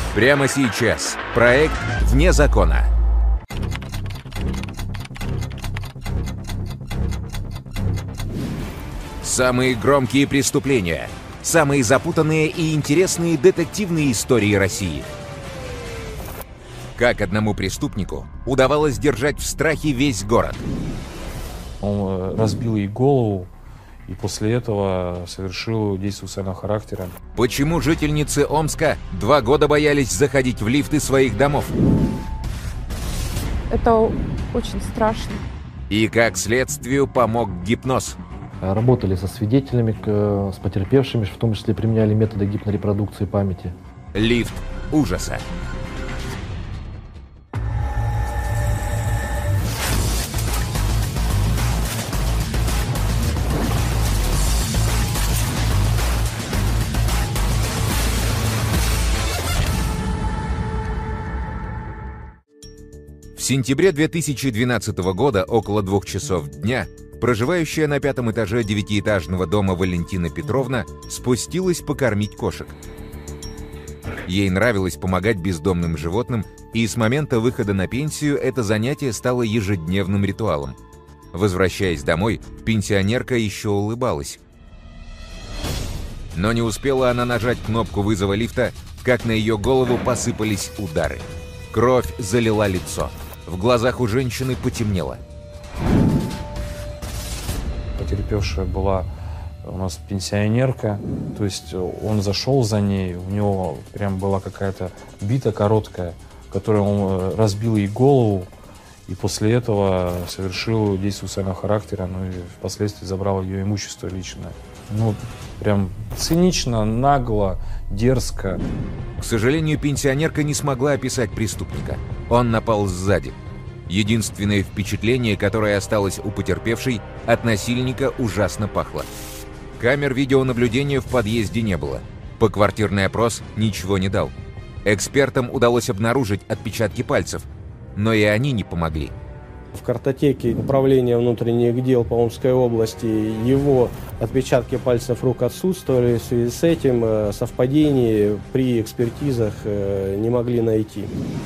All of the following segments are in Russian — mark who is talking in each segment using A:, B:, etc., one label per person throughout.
A: Прямо сейчас. Проект «Вне закона». Самые громкие преступления. Самые запутанные и интересные детективные истории России. Как одному преступнику удавалось держать в страхе весь город.
B: Он разбил ей голову и после этого совершил действие суицидального характера.
A: Почему жительницы Омска 2 года боялись заходить в лифты своих домов?
C: Это очень страшно.
A: И как следствию помог гипноз.
D: Работали со свидетелями, с потерпевшими, в том числе применяли методы гипнорепродукции памяти.
A: Лифт ужаса. В сентябре 2012 года, около 2 часов дня, проживающая на 5-м этаже 9-этажного дома Валентина Петровна спустилась покормить кошек. Ей нравилось помогать бездомным животным, и с момента выхода на пенсию это занятие стало ежедневным ритуалом. Возвращаясь домой, пенсионерка еще улыбалась. Но не успела она нажать кнопку вызова лифта, как на ее голову посыпались удары. Кровь залила лицо. В глазах у женщины потемнело.
B: Потерпевшая была у нас пенсионерка, то есть он зашел за ней, у него прям была какая-то бита короткая, которой он разбил ей голову, и после этого совершил действие суицидального характера, ну и впоследствии забрал ее имущество личное. Ну, прям цинично, нагло, дерзко.
A: К сожалению, пенсионерка не смогла описать преступника. Он напал сзади. Единственное впечатление, которое осталось у потерпевшей, от насильника ужасно пахло. Камер видеонаблюдения в подъезде не было. Поквартирный опрос ничего не дал. Экспертам удалось обнаружить отпечатки пальцев, но и они не помогли.
E: В картотеке Управления внутренних дел по Омской области его отпечатки пальцев рук отсутствовали. В связи с этим совпадений при экспертизах не могли найти.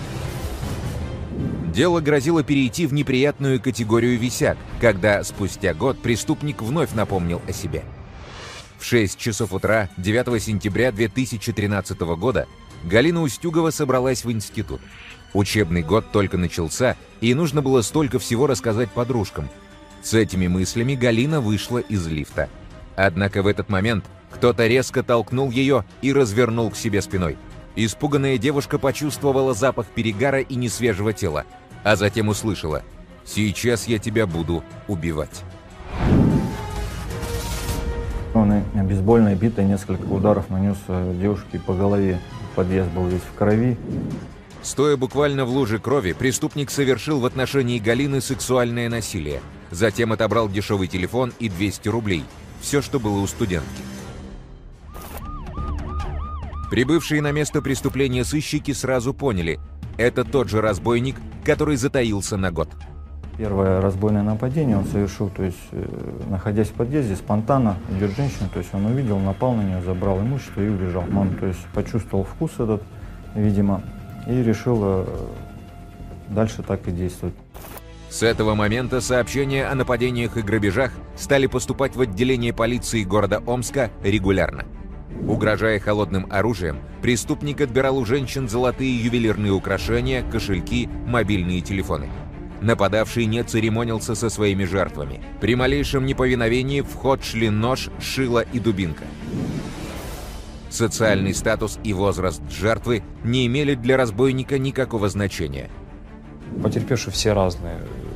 A: Дело грозило перейти в неприятную категорию «висяк», когда спустя год преступник вновь напомнил о себе. В 6 часов утра 9 сентября 2013 года Галина Устюгова собралась в институт. Учебный год только начался, и нужно было столько всего рассказать подружкам. С этими мыслями Галина вышла из лифта. Однако в этот момент кто-то резко толкнул ее и развернул к себе спиной. Испуганная девушка почувствовала запах перегара и несвежего тела, а затем услышала: «Сейчас я тебя буду убивать».
F: Он бейсбольной битой несколько ударов нанес девушке по голове. Подъезд был весь в крови.
A: Стоя буквально в луже крови, преступник совершил в отношении Галины сексуальное насилие. Затем отобрал дешевый телефон и 200 рублей. Все, что было у студентки. Прибывшие на место преступления сыщики сразу поняли – это тот же разбойник, который затаился на год.
F: Первое разбойное нападение он совершил, то есть, находясь в подъезде, спонтанно идет женщина, то есть он увидел, напал на нее, забрал имущество и убежал. Он, то есть, почувствовал вкус этот, видимо, и решил дальше так и действовать.
A: С этого момента сообщения о нападениях и грабежах стали поступать в отделение полиции города Омска регулярно. Угрожая холодным оружием, преступник отбирал у женщин золотые ювелирные украшения, кошельки, мобильные телефоны. Нападавший не церемонился со своими жертвами. При малейшем неповиновении в ход шли нож, шило и дубинка. Социальный статус и возраст жертвы не имели для разбойника никакого значения.
B: Потерпевшие все разные.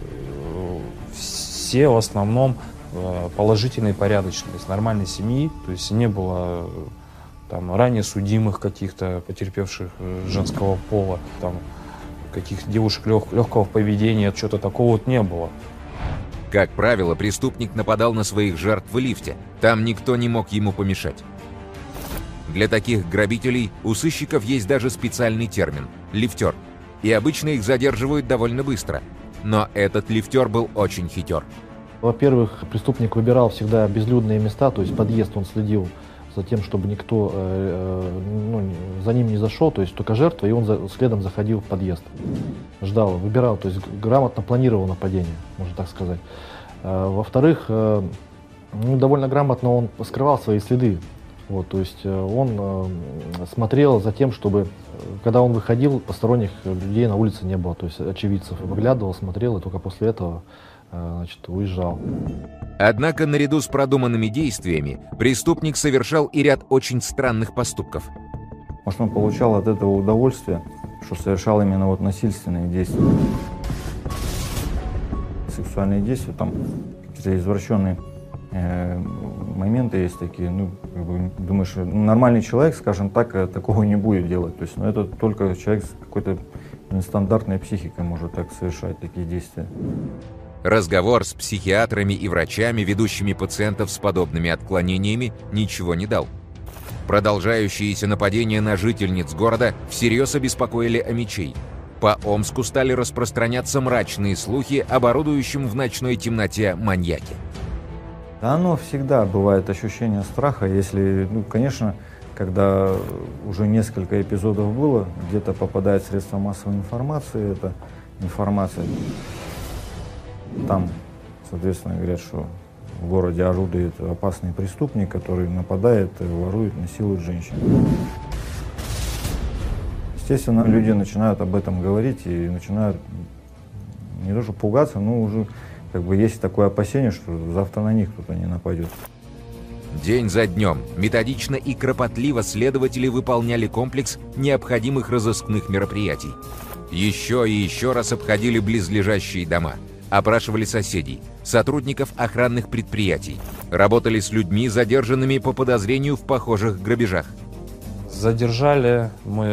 B: Все в основном положительной, порядочной, из нормальной семьи, то есть не было там ранее судимых каких-то потерпевших женского пола, там каких-то девушек легкого поведения, чего-то такого вот не было.
A: Как правило, преступник нападал на своих жертв в лифте, там никто не мог ему помешать. Для таких грабителей у сыщиков есть даже специальный термин – лифтер, и обычно их задерживают довольно быстро. Но этот лифтер был очень хитер.
D: Во-первых, преступник выбирал всегда безлюдные места, то есть подъезд он следил за тем, чтобы никто за ним не зашел, то есть только жертва, и он следом заходил в подъезд. Ждал, выбирал, то есть грамотно планировал нападение, можно так сказать. Во-вторых, довольно грамотно он скрывал свои следы. Вот, то есть он смотрел за тем, чтобы, когда он выходил, посторонних людей на улице не было, то есть очевидцев. Выглядывал, смотрел и только после этого уезжал.
A: Однако наряду с продуманными действиями преступник совершал и ряд очень странных поступков.
F: Может, он получал от этого удовольствие, что совершал именно вот насильственные действия. Сексуальные действия, там какие-то извращенные моменты есть такие, думаешь, нормальный человек, скажем так, такого не будет делать. То есть, это только человек с какой-то нестандартной психикой может так совершать такие действия.
A: Разговор с психиатрами и врачами, ведущими пациентов с подобными отклонениями, ничего не дал. Продолжающиеся нападения на жительниц города всерьез обеспокоили омичей. По Омску стали распространяться мрачные слухи об орудующем в ночной темноте маньяке.
F: Оно всегда бывает ощущение страха, если, конечно, когда уже несколько эпизодов было, где-то попадает в средства массовой информации, эта информация, там, соответственно, говорят, что в городе орудует опасный преступник, который нападает, ворует, насилует женщин. Естественно, люди начинают об этом говорить и начинают не то что пугаться, но уже есть такое опасение, что завтра на них кто-то не нападет.
A: День за днем, методично и кропотливо следователи выполняли комплекс необходимых разыскных мероприятий. Еще и еще раз обходили близлежащие дома, опрашивали соседей, сотрудников охранных предприятий, работали с людьми, задержанными по подозрению в похожих грабежах.
B: Задержали мы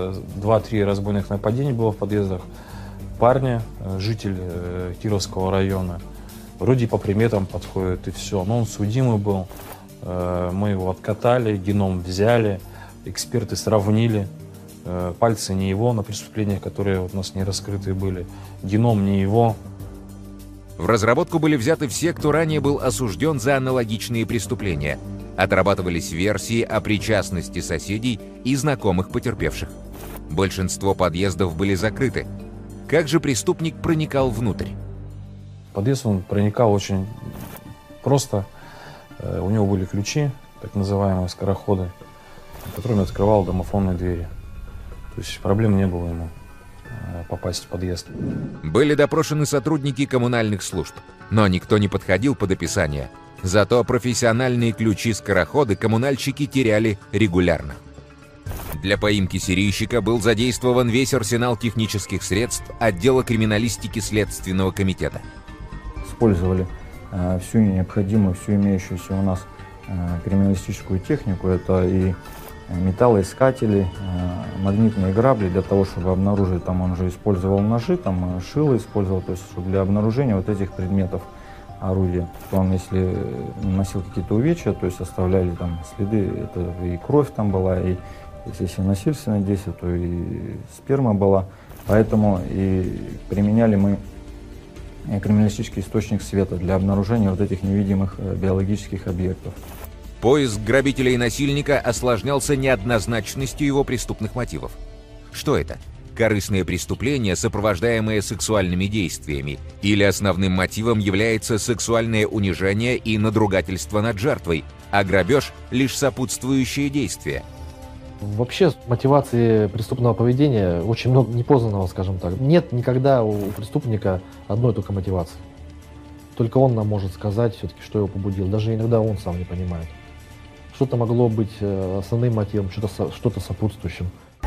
B: 2-3 разбойных нападений было в подъездах. Парня, житель Кировского района, вроде по приметам подходит и все, но он судимый был. Мы его откатали, геном взяли, эксперты сравнили, пальцы не его на преступлениях, которые у нас не раскрыты были, геном не его.
A: В разработку были взяты все, кто ранее был осужден за аналогичные преступления. Отрабатывались версии о причастности соседей и знакомых потерпевших. Большинство подъездов были закрыты. Как же преступник проникал внутрь?
B: В подъезд он проникал очень просто. У него были ключи, так называемые скороходы, которыми открывал домофонные двери. То есть проблем не было ему попасть в подъезд.
A: Были допрошены сотрудники коммунальных служб, но никто не подходил под описание. Зато профессиональные ключи-скороходы коммунальщики теряли регулярно. Для поимки серийщика был задействован весь арсенал технических средств отдела криминалистики Следственного комитета.
F: Использовали всю необходимую, всю имеющуюся у нас криминалистическую технику. Это и металлоискатели, магнитные грабли для того, чтобы обнаружить, там он уже использовал ножи, там шило использовал, то есть чтобы для обнаружения вот этих предметов орудия. Он, если носил какие-то увечья, то есть оставляли там следы, это и кровь там была, и если насильственное действие, то и сперма была. Поэтому и применяли мы криминалистический источник света для обнаружения вот этих невидимых биологических объектов.
A: Поиск грабителя и насильника осложнялся неоднозначностью его преступных мотивов. Что это? Корыстное преступление, сопровождаемое сексуальными действиями, или основным мотивом является сексуальное унижение и надругательство над жертвой, а грабеж – лишь сопутствующее действие?
D: Вообще мотивации преступного поведения очень много непознанного, скажем так. Нет никогда у преступника одной только мотивации. Только он нам может сказать все-таки, что его побудило. Даже иногда он сам не понимает. Что-то могло быть основным мотивом, что-то сопутствующим.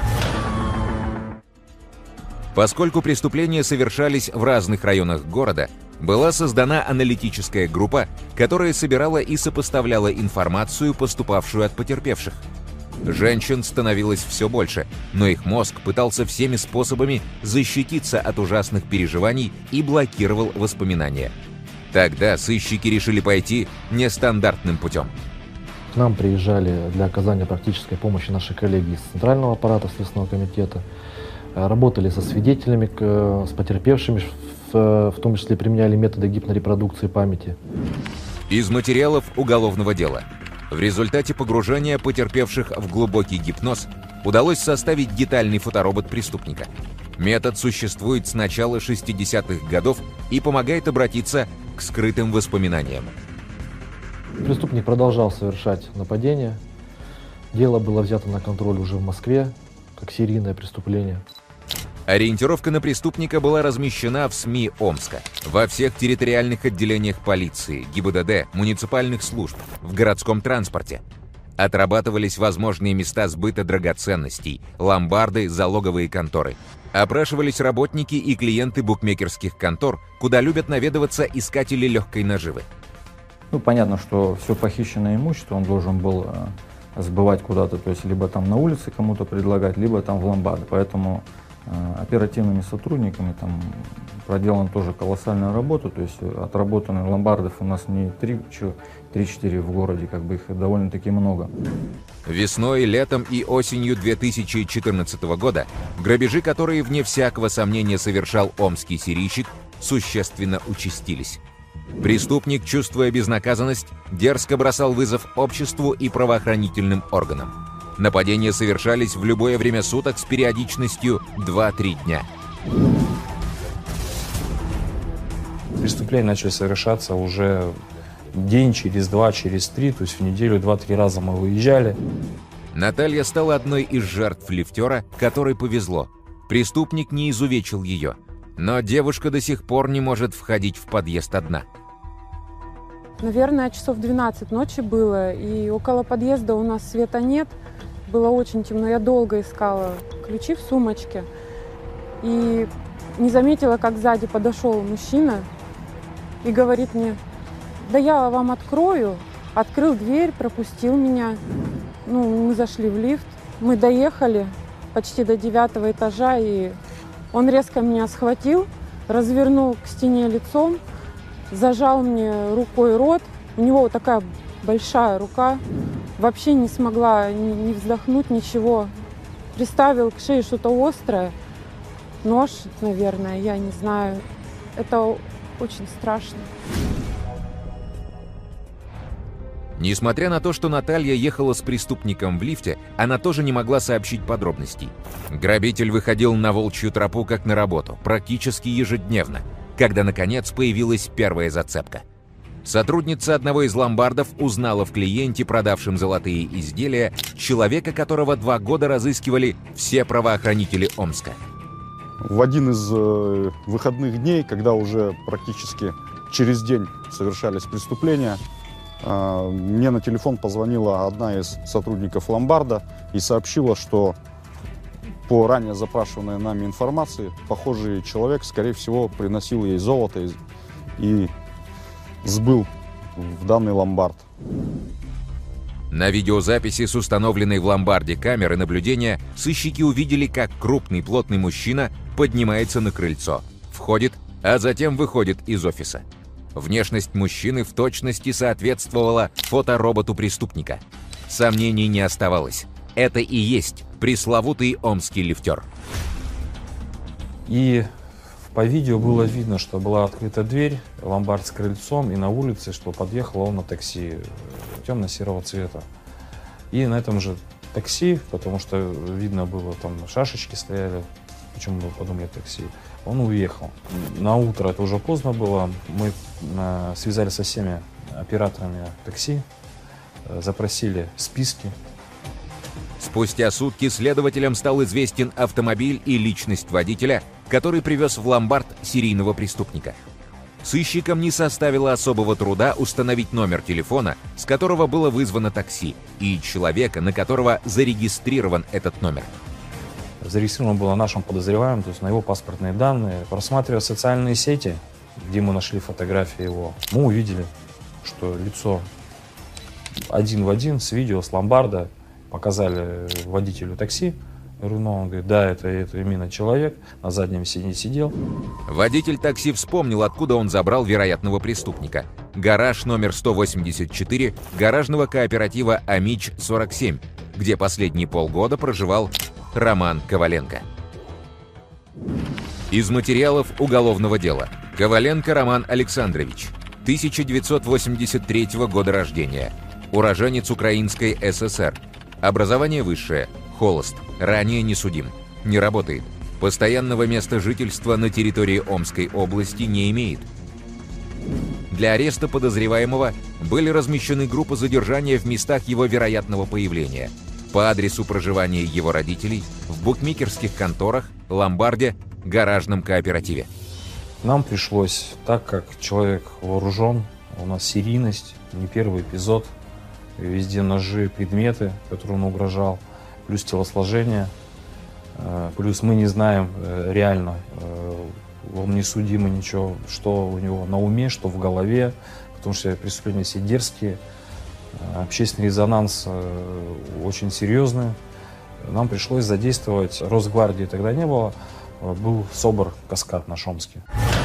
A: Поскольку преступления совершались в разных районах города, была создана аналитическая группа, которая собирала и сопоставляла информацию, поступавшую от потерпевших. Женщин становилось все больше, но их мозг пытался всеми способами защититься от ужасных переживаний и блокировал воспоминания. Тогда сыщики решили пойти нестандартным путем.
D: К нам приезжали для оказания практической помощи наши коллеги из Центрального аппарата Следственного комитета, работали со свидетелями, с потерпевшими, в том числе применяли методы гипнорепродукции памяти.
A: Из материалов уголовного дела. В результате погружения потерпевших в глубокий гипноз удалось составить детальный фоторобот преступника. Метод существует с начала 60-х годов и помогает обратиться к скрытым воспоминаниям.
D: Преступник продолжал совершать нападения. Дело было взято на контроль уже в Москве, как серийное преступление.
A: Ориентировка на преступника была размещена в СМИ Омска, во всех территориальных отделениях полиции, ГИБДД, муниципальных служб, в городском транспорте. Отрабатывались возможные места сбыта драгоценностей, ломбарды, залоговые конторы. Опрашивались работники и клиенты букмекерских контор, куда любят наведываться искатели легкой наживы.
F: Ну, понятно, что все похищенное имущество он должен был сбывать куда-то, то есть либо там на улице кому-то предлагать, либо там в ломбарды. Поэтому оперативными сотрудниками там проделана тоже колоссальная работа, то есть отработанных ломбардов у нас не 3-4 в городе, как бы их довольно-таки много.
A: Весной, летом и осенью 2014 года грабежи, которые вне всякого сомнения совершал омский серийщик, существенно участились. Преступник, чувствуя безнаказанность, дерзко бросал вызов обществу и правоохранительным органам. Нападения совершались в любое время суток с периодичностью 2-3 дня.
B: Преступления начали совершаться уже день, через два, через три, то есть в неделю 2-3 раза мы выезжали.
A: Наталья стала одной из жертв лифтера, которой повезло. Преступник не изувечил ее, но девушка до сих пор не может входить в подъезд одна.
C: Наверное, часов 12 ночи было, и около подъезда у нас света нет. Было очень темно, я долго искала ключи в сумочке. И не заметила, как сзади подошел мужчина и говорит мне: да я вам открою. Открыл дверь, пропустил меня. Мы зашли в лифт, мы доехали почти до 9-го этажа, и он резко меня схватил, развернул к стене лицом, зажал мне рукой рот. У него вот такая большая рука. Вообще не смогла ни вздохнуть, ничего. Приставил к шее что-то острое. Нож, наверное, я не знаю. Это очень страшно.
A: Несмотря на то, что Наталья ехала с преступником в лифте, она тоже не могла сообщить подробностей. Грабитель выходил на волчью тропу как на работу, практически ежедневно, когда, наконец, появилась первая зацепка. Сотрудница одного из ломбардов узнала в клиенте, продавшем золотые изделия, человека, которого 2 года разыскивали все правоохранители Омска.
G: В один из выходных дней, когда уже практически через день совершались преступления, мне на телефон позвонила одна из сотрудников ломбарда и сообщила, что по ранее запрашиванной нами информации, похожий человек, скорее всего, приносил ей золото и сбыл в данный ломбард.
A: На видеозаписи с установленной в ломбарде камеры наблюдения сыщики увидели, как крупный плотный мужчина поднимается на крыльцо, входит, а затем выходит из офиса. Внешность мужчины в точности соответствовала фотороботу преступника. Сомнений не оставалось. Это и есть пресловутый омский лифтер.
B: И по видео было видно, что была открыта дверь, ломбард с крыльцом, и на улице, что подъехал он на такси темно-серого цвета. И на этом же такси, потому что видно было, там шашечки стояли, почему мы подумали такси, он уехал. На утро, это уже поздно было, мы связались со всеми операторами такси, запросили списки.
A: Спустя сутки следователям стал известен автомобиль и личность водителя, который привез в ломбард серийного преступника. Сыщикам не составило особого труда установить номер телефона, с которого было вызвано такси, и человека, на которого зарегистрирован этот номер.
B: Зарегистрировано было нашим подозреваемым, то есть на его паспортные данные. Просматривая социальные сети, где мы нашли фотографии его, мы увидели, что лицо один в один с видео, с ломбарда. Показали водителю такси. Руно, он говорит, да, это именно человек, на заднем сиденье сидел.
A: Водитель такси вспомнил, откуда он забрал вероятного преступника. Гараж номер 184 гаражного кооператива «Амич-47», где последние полгода проживал Роман Коваленко. Из материалов уголовного дела. Коваленко Роман Александрович, 1983 года рождения. Уроженец Украинской ССР. Образование высшее. Холост. Ранее не судим. Не работает. Постоянного места жительства на территории Омской области не имеет. Для ареста подозреваемого были размещены группы задержания в местах его вероятного появления. По адресу проживания его родителей, в букмекерских конторах, ломбарде, гаражном кооперативе.
B: Нам пришлось, так как человек вооружен, у нас серийность, не первый эпизод, везде ножи, предметы, которым он угрожал, плюс телосложение, плюс мы не знаем реально, он не судимый ничего, что у него на уме, что в голове, потому что преступления все дерзкие, общественный резонанс очень серьезный. Нам пришлось задействовать, Росгвардии тогда не было, был СОБР «Каскад» на Шомске.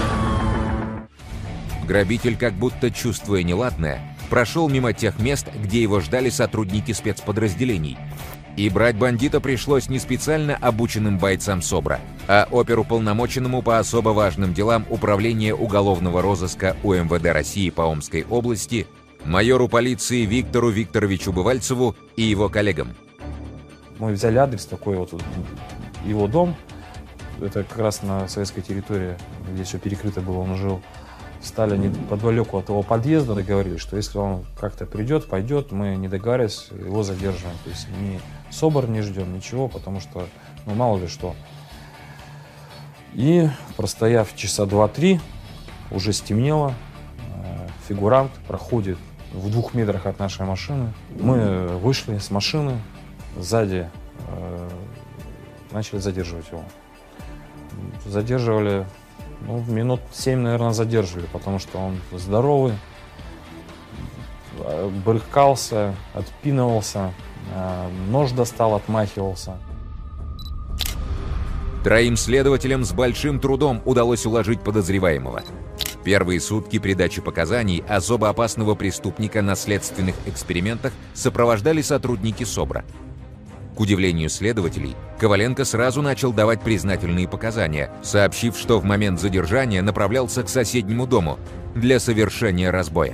A: Грабитель, как будто чувствуя неладное, прошел мимо тех мест, где его ждали сотрудники спецподразделений. И брать бандита пришлось не специально обученным бойцам СОБРа, а оперуполномоченному по особо важным делам Управления уголовного розыска УМВД России по Омской области майору полиции Виктору Викторовичу Бывальцеву и его коллегам. Мы
B: взяли адрес такой, вот его дом, это как раз на советской территории, где все перекрыто было, он жил. Встали неподалеку от его подъезда, договорились, что если он как-то придет, пойдет, мы не договариваясь, его задерживаем. То есть ни СОБР не ждем, ничего, потому что, ну, мало ли что. И, простояв часа 2-3, уже стемнело, фигурант проходит в 2 метрах от нашей машины. Мы вышли с машины, сзади начали задерживать его. Задерживали, ну, минут 7, наверное, задерживали, потому что он здоровый, брыкался, отпинывался, нож достал, отмахивался.
A: Троим следователям с большим трудом удалось уложить подозреваемого. Первые сутки при даче показаний особо опасного преступника на следственных экспериментах сопровождали сотрудники СОБРа. К удивлению следователей, Коваленко сразу начал давать признательные показания, сообщив, что в момент задержания направлялся к соседнему дому для совершения разбоя.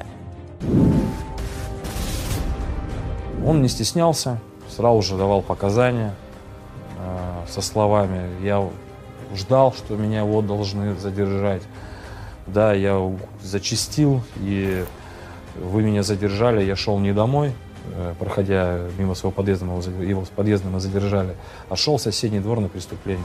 B: Он не стеснялся, сразу же давал показания со словами: «Я ждал, что меня вот должны задержать. Да, я зачастил, и вы меня задержали, я шел не домой». Проходя мимо своего подъезда, его с подъезда мы задержали, а шел в соседний двор на преступление.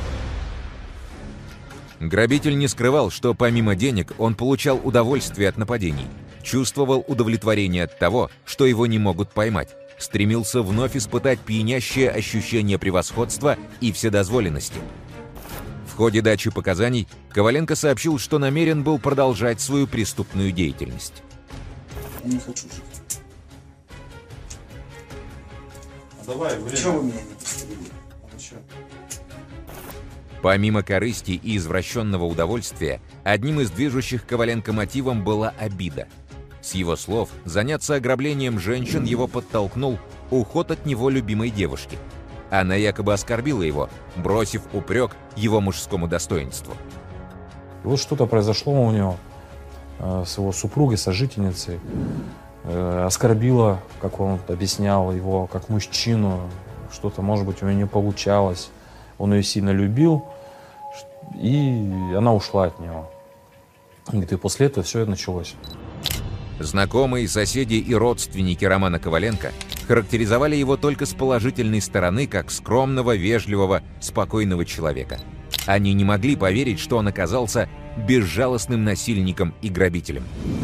A: Грабитель не скрывал, что помимо денег он получал удовольствие от нападений, чувствовал удовлетворение от того, что его не могут поймать, стремился вновь испытать пьянящее ощущение превосходства и вседозволенности. В ходе дачи показаний Коваленко сообщил, что намерен был продолжать свою преступную деятельность.
H: Я не хочу жить.
B: Давай, время.
H: Чего вы меня не пострелили?
A: Помимо корысти и извращенного удовольствия, одним из движущих Коваленко мотивом была обида. С его слов, заняться ограблением женщин его подтолкнул уход от него любимой девушки. Она якобы оскорбила его, бросив упрек его мужскому достоинству.
B: И вот что-то произошло у него с его супругой, сожительницей. Оскорбила, как он объяснял, его как мужчину, что-то, может быть, у него не получалось, он ее сильно любил, и она ушла от него. И после этого все это началось.
A: Знакомые, соседи и родственники Романа Коваленко характеризовали его только с положительной стороны, как скромного, вежливого, спокойного человека. Они не могли поверить, что он оказался безжалостным насильником и грабителем.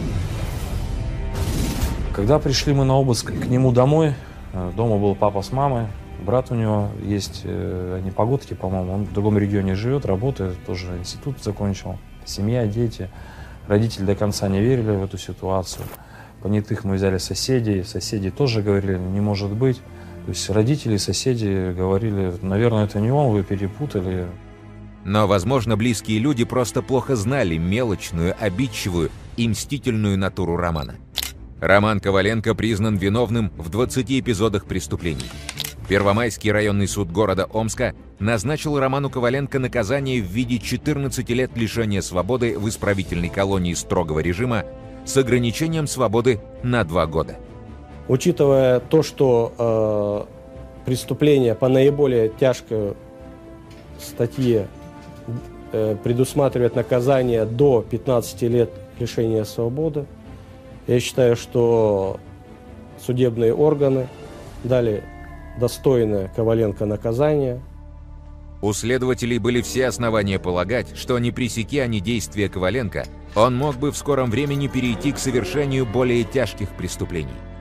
B: Когда пришли мы на обыск к нему домой, дома был папа с мамой, брат у него есть, они погодки, по-моему, он в другом регионе живет, работает, тоже институт закончил, семья, дети. Родители до конца не верили в эту ситуацию. Понятых мы взяли соседей, соседи тоже говорили, не может быть. То есть родители и соседи говорили: наверное, это не он, вы перепутали.
A: Но, возможно, близкие люди просто плохо знали мелочную, обидчивую и мстительную натуру Романа. Роман Коваленко признан виновным в 20 эпизодах преступлений. Первомайский районный суд города Омска назначил Роману Коваленко наказание в виде 14 лет лишения свободы в исправительной колонии строгого режима с ограничением свободы на 2 года.
E: Учитывая то, что преступление по наиболее тяжкой статье предусматривает наказание до 15 лет лишения свободы, я считаю, что судебные органы дали достойное Коваленко наказание.
A: У следователей были все основания полагать, что не пресеки они действия Коваленко, он мог бы в скором времени перейти к совершению более тяжких преступлений.